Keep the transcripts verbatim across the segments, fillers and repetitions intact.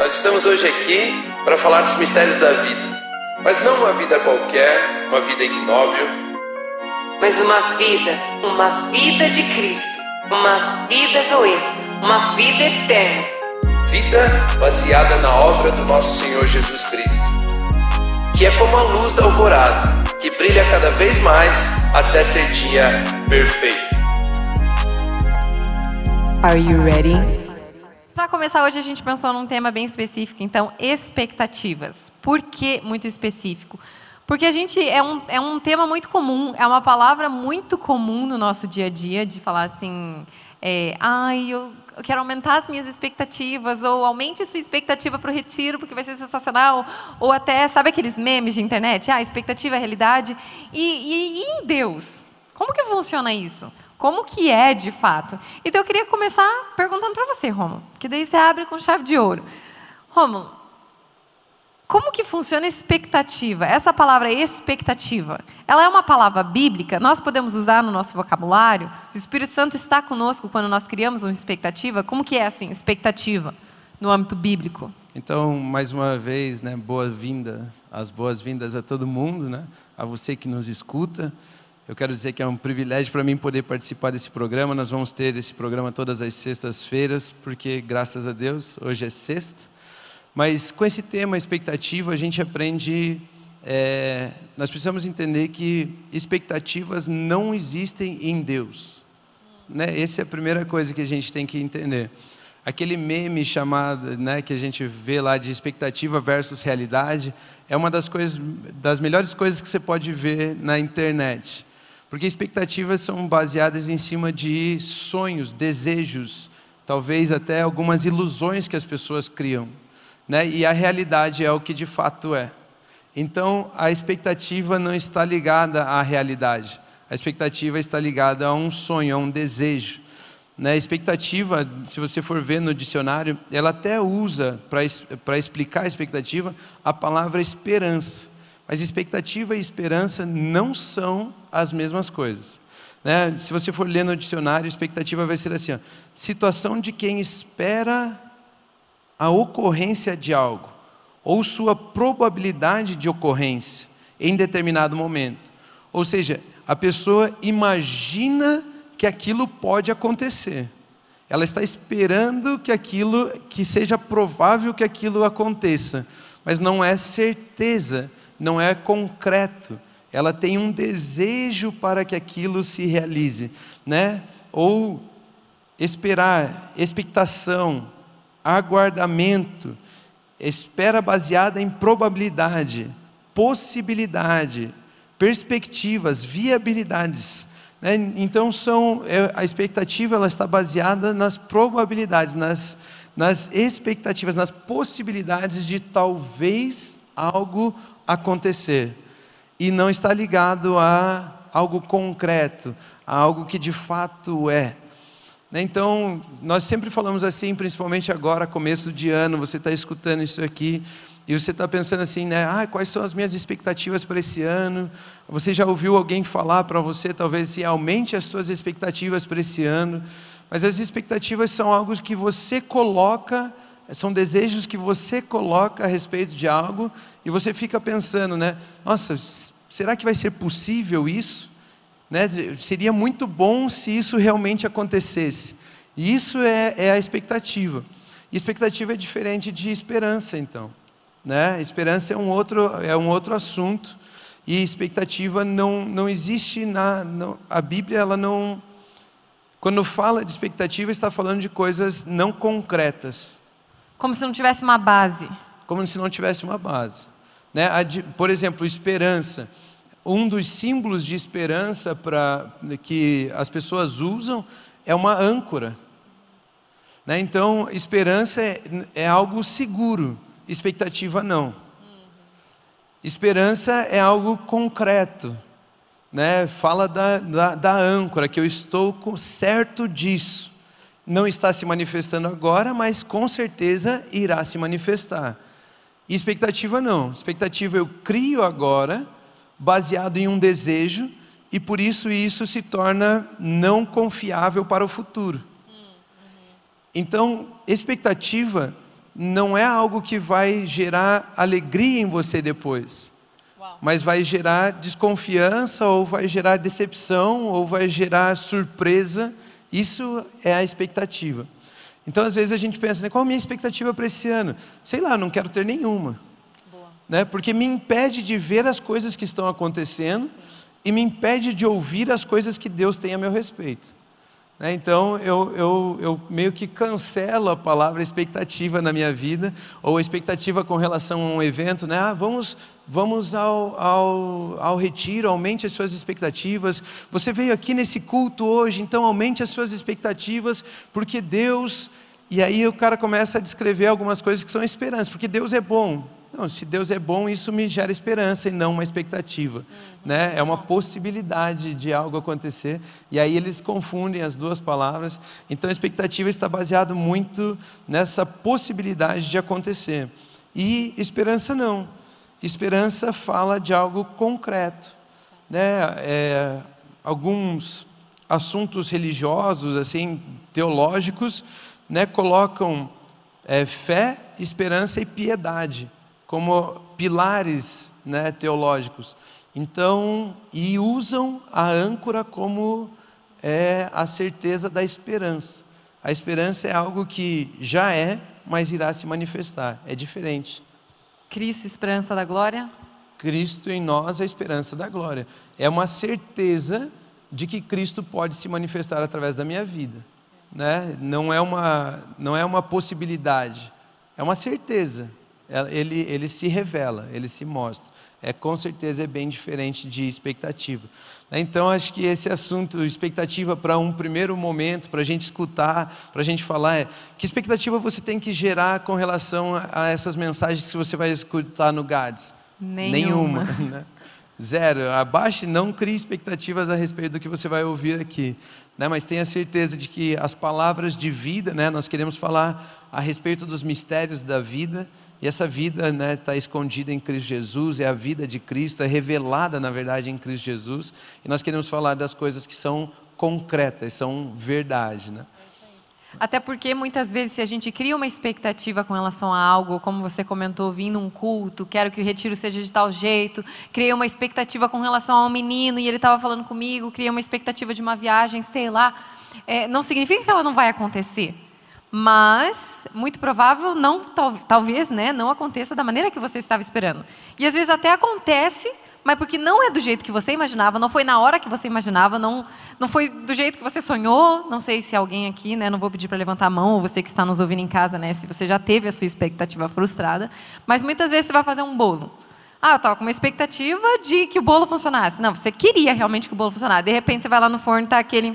Nós estamos hoje aqui para falar dos mistérios da vida, mas não uma vida qualquer, uma vida ignóbil, mas uma vida, uma vida de Cristo, uma vida Zoe, uma vida eterna. Vida baseada na obra do nosso Senhor Jesus Cristo, que é como a luz da alvorada, que brilha cada vez mais até ser dia perfeito. Are you ready? Para começar hoje a gente pensou num tema bem específico, então expectativas. Por que muito específico? Porque a gente é um, é um tema muito comum, é uma palavra muito comum no nosso dia a dia, de falar assim, é, ai, eu, eu quero aumentar as minhas expectativas, ou aumente a sua expectativa para o retiro, porque vai ser sensacional, ou até, sabe aqueles memes de internet? Ah, expectativa é realidade. E, e, e em Deus? Como que funciona isso? Como que é, de fato? Então, eu queria começar perguntando para você, Rômulo, que daí você abre com chave de ouro. Rômulo, como que funciona a expectativa? Essa palavra expectativa, ela é uma palavra bíblica? Nós podemos usar no nosso vocabulário? O Espírito Santo está conosco quando nós criamos uma expectativa? Como que é, assim, expectativa no âmbito bíblico? Então, mais uma vez, né, boa-vinda, as boas-vindas a todo mundo, né, a você que nos escuta. Eu quero dizer que é um privilégio para mim poder participar desse programa. Nós vamos ter esse programa todas as sextas-feiras, porque, graças a Deus, hoje é sexta. Mas com esse tema, expectativa, a gente aprende... É, nós precisamos entender que expectativas não existem em Deus. Né? Essa é a primeira coisa que a gente tem que entender. Aquele meme chamado, né, que a gente vê lá de expectativa versus realidade, é uma das, coisas, das melhores coisas que você pode ver na internet. Porque expectativas são baseadas em cima de sonhos, desejos, talvez até algumas ilusões que as pessoas criam, né? E a realidade é o que de fato é. Então, a expectativa não está ligada à realidade. A expectativa está ligada a um sonho, a um desejo. Né? A expectativa, se você for ver no dicionário, ela até usa, para explicar a expectativa, a palavra esperança. Mas expectativa e esperança não são as mesmas coisas. Né? Se você for ler no dicionário, expectativa vai ser assim, ó, situação de quem espera a ocorrência de algo, ou sua probabilidade de ocorrência em determinado momento. Ou seja, a pessoa imagina que aquilo pode acontecer. Ela está esperando que aquilo, que seja provável que aquilo aconteça, mas não é certeza, não é concreto. Ela tem um desejo para que aquilo se realize, né? Ou esperar, expectação, aguardamento, espera baseada em probabilidade, possibilidade, perspectivas, viabilidades. Né? Então, são, a expectativa ela está baseada nas probabilidades, nas, nas expectativas, nas possibilidades de talvez algo acontecer. E não está ligado a algo concreto, a algo que de fato é. Então, nós sempre falamos assim, principalmente agora, começo de ano, você está escutando isso aqui, e você está pensando assim, né? Ah, quais são as minhas expectativas para esse ano? Você já ouviu alguém falar para você, talvez, se aumente as suas expectativas para esse ano. Mas as expectativas são algo que você coloca, são desejos que você coloca a respeito de algo, e você fica pensando, né? Nossa, será que vai ser possível isso? Né? Seria muito bom se isso realmente acontecesse. E isso é, é a expectativa. E expectativa é diferente de esperança, então. Né? Esperança é um outro, é um outro assunto. E expectativa não, não existe na... Não, a Bíblia, ela não... Quando fala de expectativa, está falando de coisas não concretas. Como se não tivesse uma base. Como se não tivesse uma base. Né? Por exemplo, esperança. Um dos símbolos de esperança pra, que as pessoas usam é uma âncora. Né? Então, esperança é, é algo seguro, expectativa não. Uhum. Esperança é algo concreto. Né? Fala da, da, da âncora, que eu estou certo disso. Não está se manifestando agora, mas com certeza irá se manifestar. E expectativa não. Expectativa eu crio agora, baseado em um desejo, e por isso isso se torna não confiável para o futuro. Então, expectativa não é algo que vai gerar alegria em você depois. Uau. Mas vai gerar desconfiança, ou vai gerar decepção, ou vai gerar surpresa. Isso é a expectativa. Então, às vezes a gente pensa, né, qual a minha expectativa para esse ano? Sei lá, não quero ter nenhuma. Boa. Né? Porque me impede de ver as coisas que estão acontecendo. Sim. E me impede de ouvir as coisas que Deus tem a meu respeito. Né? Então, eu, eu, eu meio que cancelo a palavra expectativa na minha vida, ou expectativa com relação a um evento, né? Ah, vamos, vamos ao, ao, ao retiro, aumente as suas expectativas. Você veio aqui nesse culto hoje, então aumente as suas expectativas, porque Deus... E aí o cara começa a descrever algumas coisas que são esperança, porque Deus é bom. Não, se Deus é bom, isso me gera esperança e não uma expectativa. Uhum. Né? É uma possibilidade de algo acontecer. E aí eles confundem as duas palavras. Então a expectativa está baseada muito nessa possibilidade de acontecer. E esperança não. Esperança fala de algo concreto. Né? É, alguns assuntos religiosos, assim, teológicos, né, colocam é, fé, esperança e piedade como pilares, né, teológicos. Então, e usam a âncora como é, a certeza da esperança. A esperança é algo que já é, mas irá se manifestar. É diferente. Cristo, esperança da glória. Cristo em nós, a esperança da glória. É uma certeza de que Cristo pode se manifestar através da minha vida. Né? Não é uma, não é uma possibilidade, é uma certeza. Ele, ele se revela, ele se mostra. É, com certeza é bem diferente de expectativa. Então acho que esse assunto, expectativa para um primeiro momento, para a gente escutar, para a gente falar, é que expectativa você tem que gerar com relação a, a essas mensagens que você vai escutar no Gades? Nenhuma. Nenhuma, né? Zero. Abaixe, não crie expectativas a respeito do que você vai ouvir aqui. Né? Mas tenha certeza de que as palavras de vida, né? Nós queremos falar a respeito dos mistérios da vida. E essa vida está, né, escondida em Cristo Jesus, é a vida de Cristo, é revelada na verdade em Cristo Jesus. E nós queremos falar das coisas que são concretas, são verdade. Né? Até porque muitas vezes se a gente cria uma expectativa com relação a algo, como você comentou, vindo um culto, quero que o retiro seja de tal jeito, criei uma expectativa com relação a um menino e ele estava falando comigo, criei uma expectativa de uma viagem, sei lá, é, não significa que ela não vai acontecer. Mas, muito provável, não, tal, talvez né, não aconteça da maneira que você estava esperando. E às vezes até acontece, mas porque não é do jeito que você imaginava, não foi na hora que você imaginava, não, não foi do jeito que você sonhou. Não sei se alguém aqui, né, não vou pedir para levantar a mão, ou você que está nos ouvindo em casa, né, se você já teve a sua expectativa frustrada. Mas muitas vezes você vai fazer um bolo. Ah, eu estava com uma expectativa de que o bolo funcionasse. Não, você queria realmente que o bolo funcionasse. De repente você vai lá no forno e está aquele...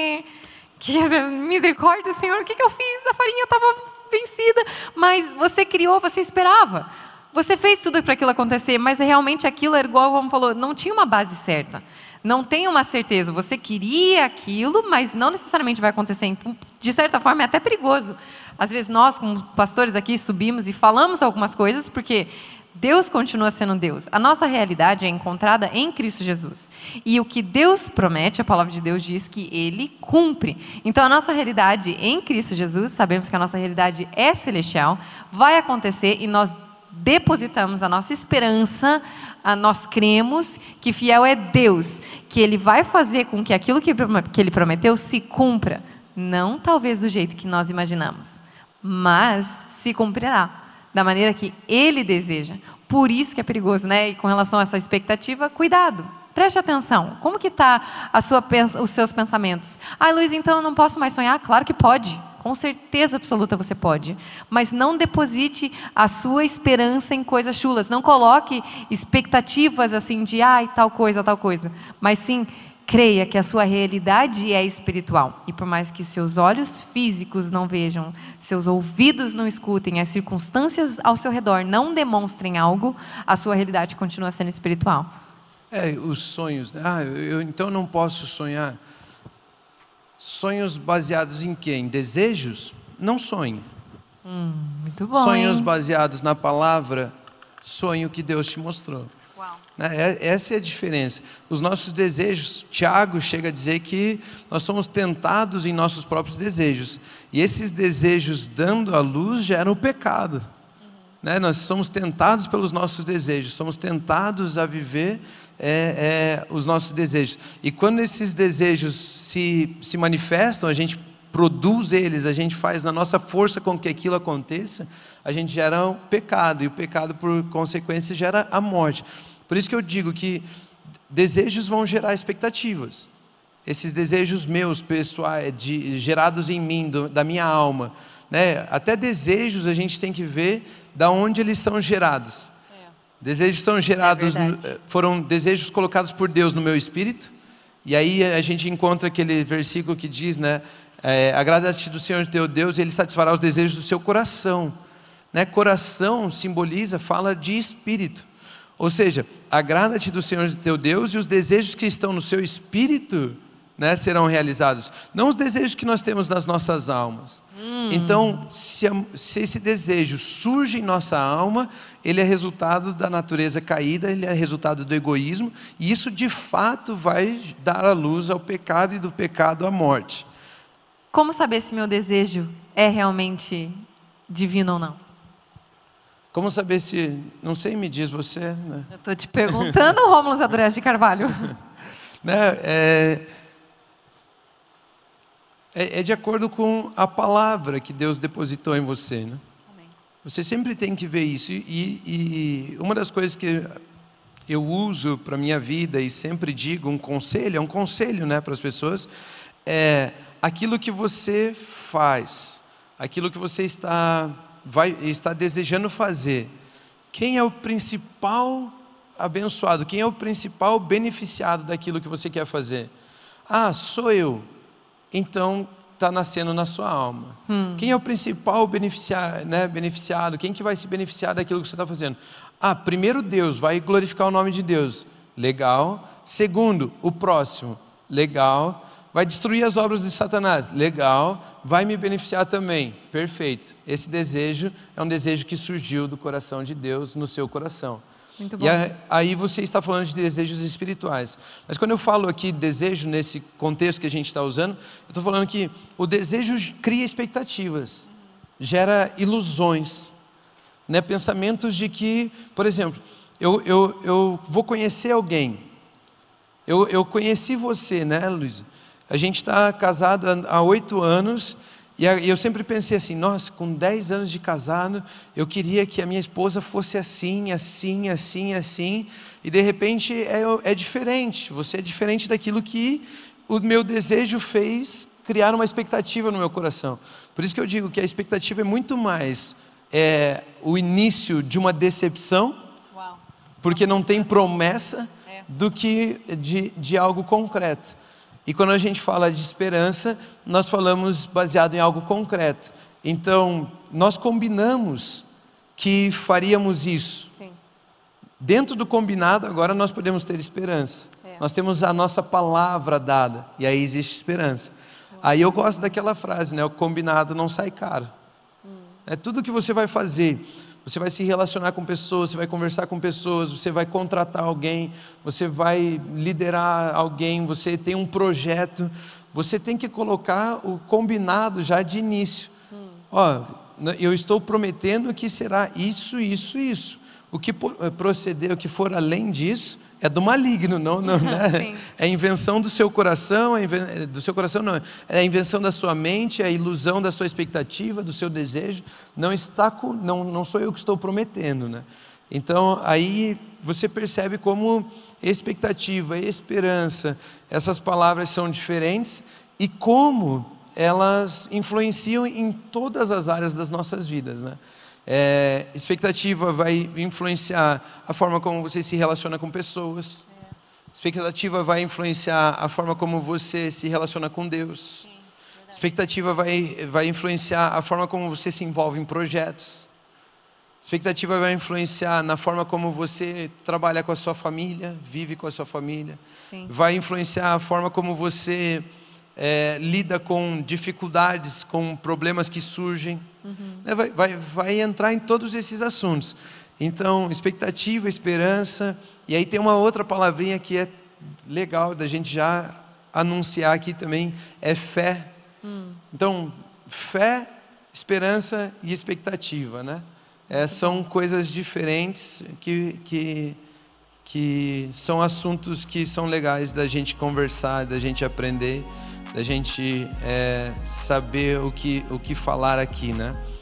Que às vezes, misericórdia, Senhor, o que, que eu fiz? A farinha estava vencida. Mas você criou, você esperava. Você fez tudo para aquilo acontecer, mas realmente aquilo era igual, como falou, não tinha uma base certa. Não tem uma certeza. Você queria aquilo, mas não necessariamente vai acontecer. De certa forma, é até perigoso. Às vezes nós, como pastores aqui, subimos e falamos algumas coisas, porque... Deus continua sendo Deus. A nossa realidade é encontrada em Cristo Jesus. E o que Deus promete, a palavra de Deus diz que Ele cumpre. Então, a nossa realidade em Cristo Jesus, sabemos que a nossa realidade é celestial, vai acontecer e nós depositamos a nossa esperança, a nós cremos que fiel é Deus, que Ele vai fazer com que aquilo que Ele prometeu se cumpra. Não talvez do jeito que nós imaginamos, mas se cumprirá. Da maneira que Ele deseja. Por isso que é perigoso, né? E com relação a essa expectativa, cuidado. Preste atenção. Como que está os seus pensamentos? Ah, Luiz, então eu não posso mais sonhar? Claro que pode. Com certeza absoluta você pode. Mas não deposite a sua esperança em coisas chulas. Não coloque expectativas assim de, ai, tal coisa, tal coisa. Mas sim... creia que a sua realidade é espiritual. E por mais que os seus olhos físicos não vejam, seus ouvidos não escutem, as circunstâncias ao seu redor não demonstrem algo, a sua realidade continua sendo espiritual. É, os sonhos. Né? Ah, eu, eu então não posso sonhar. Sonhos baseados em quê? Em desejos? Não sonhe. Hum, muito bom, Sonhos hein? baseados na palavra, sonhe o que Deus te mostrou. Uau. Essa é a diferença. Os nossos desejos, Tiago chega a dizer que nós somos tentados em nossos próprios desejos. E esses desejos dando à luz geram o pecado. Uhum. Né? Nós somos tentados pelos nossos desejos, somos tentados a viver é, é, os nossos desejos. E quando esses desejos se, se manifestam, a gente produz eles, a gente faz na nossa força com que aquilo aconteça, a gente gera um pecado, e o pecado por consequência gera a morte. Por isso que eu digo que desejos vão gerar expectativas. Esses desejos meus, pessoais, de, gerados em mim, do, da minha alma, né? Até desejos a gente tem que ver da onde eles são gerados. É. Desejos são gerados, é foram desejos colocados por Deus no meu espírito, e aí a gente encontra aquele versículo que diz, né? É, agrada-te do Senhor teu Deus e Ele satisfará os desejos do seu coração. Né? Coração simboliza, fala de espírito. Ou seja, agrada-te do Senhor teu Deus e os desejos que estão no seu espírito, né, serão realizados. Não os desejos que nós temos nas nossas almas. Hum. Então, se, se esse desejo surge em nossa alma, ele é resultado da natureza caída, ele é resultado do egoísmo, e isso de fato vai dar à luz ao pecado e do pecado à morte. Como saber se meu desejo é realmente divino ou não? Como saber se... Não sei, me diz você. Né? Eu estou te perguntando, Rômulo Zadorés de Carvalho. Né? É, é, é de acordo com a palavra que Deus depositou em você. Né? Amém. Você sempre tem que ver isso. E, e uma das coisas que eu uso para a minha vida e sempre digo, um conselho, é um conselho, né, para as pessoas, é... aquilo que você faz, aquilo que você está, vai, está desejando fazer, quem é o principal abençoado, quem é o principal beneficiado daquilo que você quer fazer? Ah, sou eu. Então, está nascendo na sua alma. Hum. Quem é o principal beneficiado, né, beneficiado? Quem que vai se beneficiar daquilo que você está fazendo? Ah, primeiro Deus, vai glorificar o nome de Deus. Legal. Segundo, o próximo. Legal. Vai destruir as obras de Satanás. Legal. Vai me beneficiar também. Perfeito. Esse desejo é um desejo que surgiu do coração de Deus no seu coração. Muito bom. E aí você está falando de desejos espirituais. Mas quando eu falo aqui desejo, nesse contexto que a gente está usando, eu estou falando que o desejo cria expectativas, gera ilusões, né? Pensamentos de que, por exemplo, eu, eu, eu vou conhecer alguém. Eu, eu conheci você, né, Luísa? A gente está casado há oito anos e eu sempre pensei assim, nossa, com dez anos de casado, eu queria que a minha esposa fosse assim, assim, assim, assim, e de repente é, é diferente, você é diferente daquilo que o meu desejo fez criar uma expectativa no meu coração. Por isso que eu digo que a expectativa é muito mais é, o início de uma decepção, Uau. porque não tem promessa, é. do que de, de algo concreto. E quando a gente fala de esperança, nós falamos baseado em algo concreto. Então, nós combinamos que faríamos isso. Sim. Dentro do combinado, agora nós podemos ter esperança. É. Nós temos a nossa palavra dada, e aí existe esperança. Uhum. Aí eu gosto daquela frase, né? O combinado não sai caro. Hum. É tudo que você vai fazer. Você vai se relacionar com pessoas, você vai conversar com pessoas, você vai contratar alguém, você vai liderar alguém, você tem um projeto, você tem que colocar o combinado já de início. Hum. Ó, eu estou prometendo que será isso, isso, isso. O que proceder, o que for além disso, é do maligno, não, não, né? É invenção do seu coração, é inven... do seu coração não, é a invenção da sua mente, é a ilusão da sua expectativa, do seu desejo. Não está com, não, não sou eu que estou prometendo, né? Então aí você percebe como expectativa, esperança, essas palavras são diferentes e como elas influenciam em todas as áreas das nossas vidas, né? É, expectativa vai influenciar a forma como você se relaciona com pessoas. É. Expectativa vai influenciar a forma como você se relaciona com Deus. Sim, expectativa vai, vai influenciar a forma como você se envolve em projetos. Expectativa vai influenciar na forma como você trabalha com a sua família, vive com a sua família. Sim. Vai influenciar a forma como você é, lida com dificuldades, com problemas que surgem. Uhum. Vai, vai, vai entrar em todos esses assuntos. Então, expectativa, esperança. E aí tem uma outra palavrinha que é legal da gente já anunciar aqui também, é fé. Hum. Então, fé, esperança e expectativa, né? É, são coisas diferentes que, que, que são assuntos que são legais da gente conversar, da gente aprender, da gente é, saber o que, o que falar aqui, né?